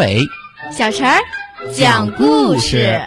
伟、 小陈儿讲故事。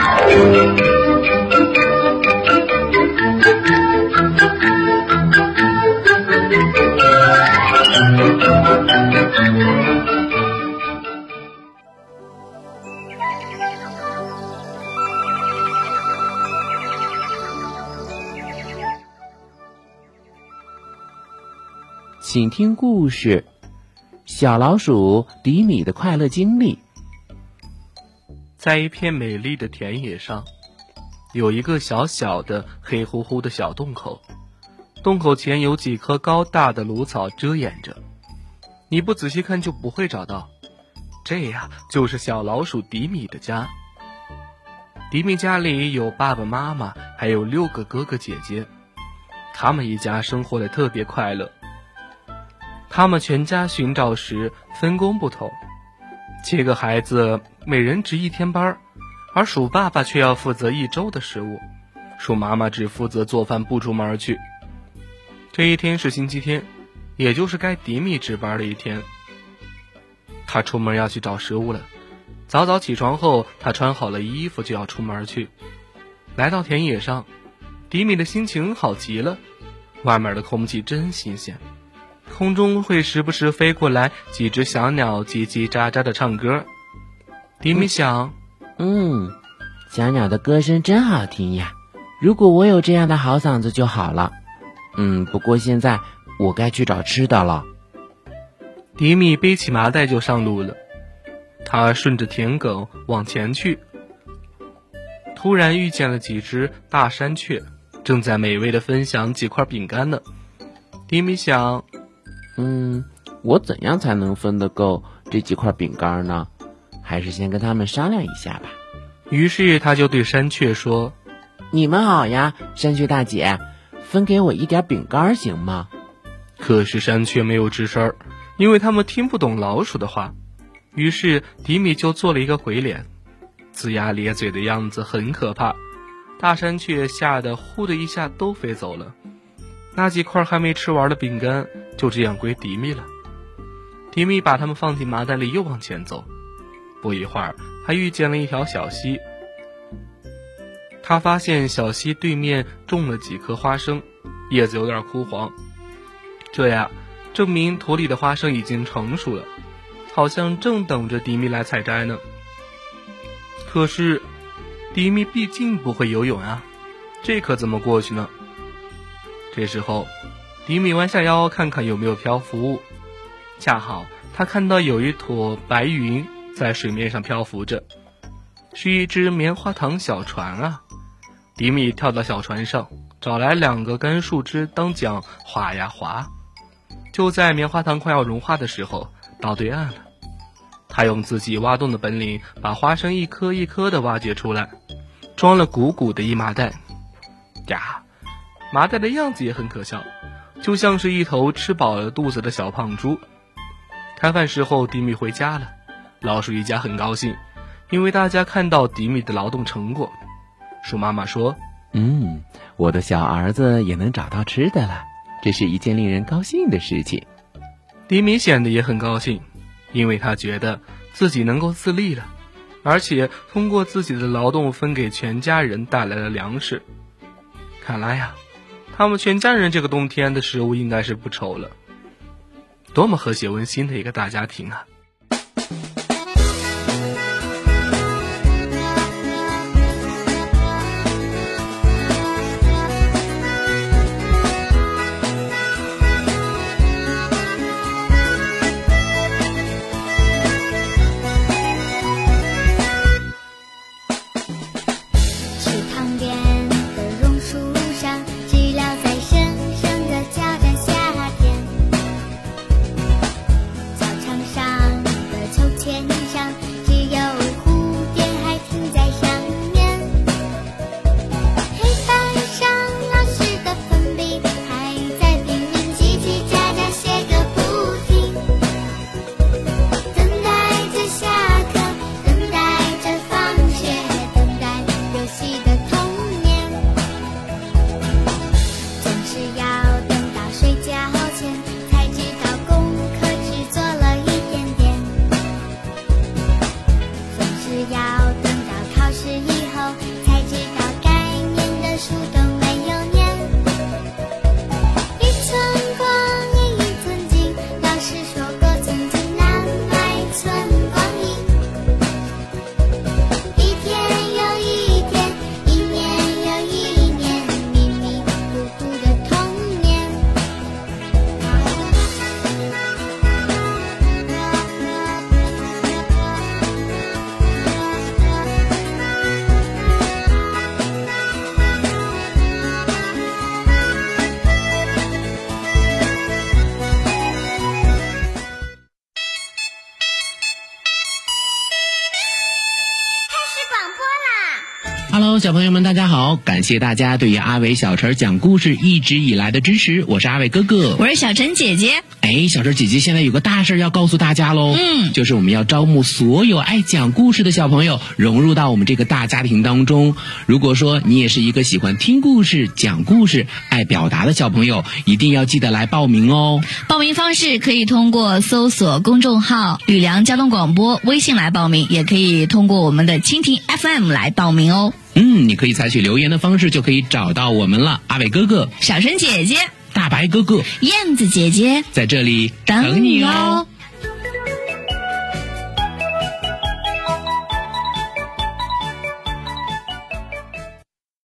请听故事：小老鼠迪米的快乐经历。 在一片美丽的田野上，有一个小小的黑乎乎的小洞口，洞口前有几棵高大的芦草遮掩着，你不仔细看就不会找到。这呀，就是小老鼠迪米的家。迪米家里有爸爸妈妈，还有6个哥哥姐姐，他们一家生活得特别快乐。他们全家寻找时分工不同，7个孩子每人值1天班，而鼠爸爸却要负责1周的食物，鼠妈妈只负责做饭不出门去。这一天是星期天，也就是该迪米值班的一天。他出门要去找食物了，早早起床后，他穿好了衣服就要出门去。来到田野上，迪米的心情好极了，外面的空气真新鲜，空中会时不时飞过来几只小鸟叽叽喳喳的唱歌。迪米想， 小鸟的歌声真好听呀，如果我有这样的好嗓子就好了。不过现在我该去找吃的了。 迪米背起麻袋就上路了，他顺着田埂往前去，突然遇见了几只大山雀，正在美味地分享几块饼干呢。迪米想， 我怎样才能分得够这几块饼干呢？还是先跟他们商量一下吧。 于是他就对山雀说， 你们好呀，山雀大姐，分给我一点饼干行吗？ 可是山雀没有吱声，因为他们听不懂老鼠的话。于是迪米就做了一个鬼脸，龇牙咧嘴的样子很可怕。大山雀吓得呼的一下都飞走了，那几块还没吃完的饼干就这样归迪米了。迪米把它们放进麻袋里，又往前走。不一会儿，他遇见了一条小溪。他发现小溪对面种了几颗花生，叶子有点枯黄，这呀，证明土里的花生已经成熟了，好像正等着迪米来采摘呢。可是迪米毕竟不会游泳啊，这可怎么过去呢？这时候迪米弯下腰看看有没有漂浮物，恰好他看到有一坨白云在水面上漂浮着，是一只棉花糖小船啊。迪米跳到小船上，找来2个干树枝当桨，划呀划。就在棉花糖快要融化的时候，到对岸了。他用自己挖洞的本领，把花生一颗一颗地挖掘出来，装了鼓鼓的一麻袋。呀，麻袋的样子也很可笑，就像是一头吃饱了肚子的小胖猪。开饭时候，迪米回家了，老鼠一家很高兴，因为大家看到迪米的劳动成果。鼠妈妈说， 我的小儿子也能找到吃的了，这是一件令人高兴的事情。 迪米显得也很高兴，因为他觉得自己能够自立了，而且通过自己的劳动分给全家人带来了粮食。看来呀，他们全家人这个冬天的食物应该是不愁了。多么和谐温馨的一个大家庭啊！ 上 Hello， 小朋友们，大家好！感谢大家对于阿伟小陈讲故事一直以来的支持，我是阿伟哥哥， 我是小陈姐姐。 小陈姐姐现在有个大事要告诉大家喽，就是我们要招募所有爱讲故事的小朋友融入到我们这个大家庭当中。如果说你也是一个喜欢听故事、讲故事、爱表达的小朋友，一定要记得来报名哦。 报名方式可以通过搜索公众号吕梁交通广播微信来报名，也可以通过我们的蜻蜓 FM 来报名哦。 你可以采取留言的方式就可以找到我们了。阿伟哥哥、 小陈姐姐、 大白哥哥、 燕子姐姐在这里等你哦。